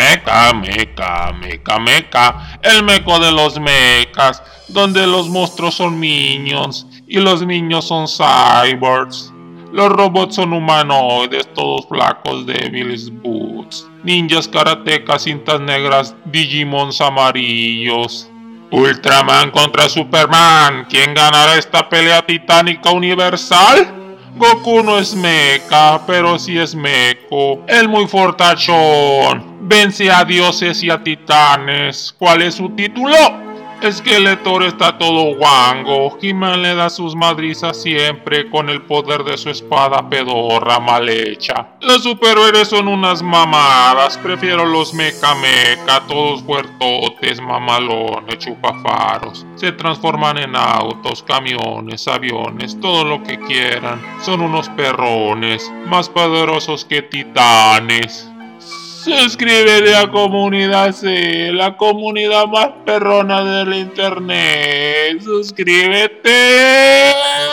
Mecha, el meco de los mechas, donde los monstruos son minions y los niños son cyborgs. Los robots son humanoides, todos flacos, débiles, boots. Ninjas, karatecas, cintas negras, Digimons amarillos. Ultraman contra Superman. ¿Quién ganará esta pelea titánica universal? Goku no es mecha, pero sí es meco. El muy fortachón. Vence a dioses y a titanes. ¿Cuál es su título? Skeletor está todo guango. He-Man le da sus madrizas siempre con el poder de su espada pedorra mal hecha. Los superhéroes son unas mamadas. Prefiero los mecha, todos fuertotes, mamalones, chupafaros. Se transforman en autos, camiones, aviones, todo lo que quieran. Son unos perrones, más poderosos que titanes. Suscríbete a Comunidad C, la comunidad más perrona del internet. Suscríbete.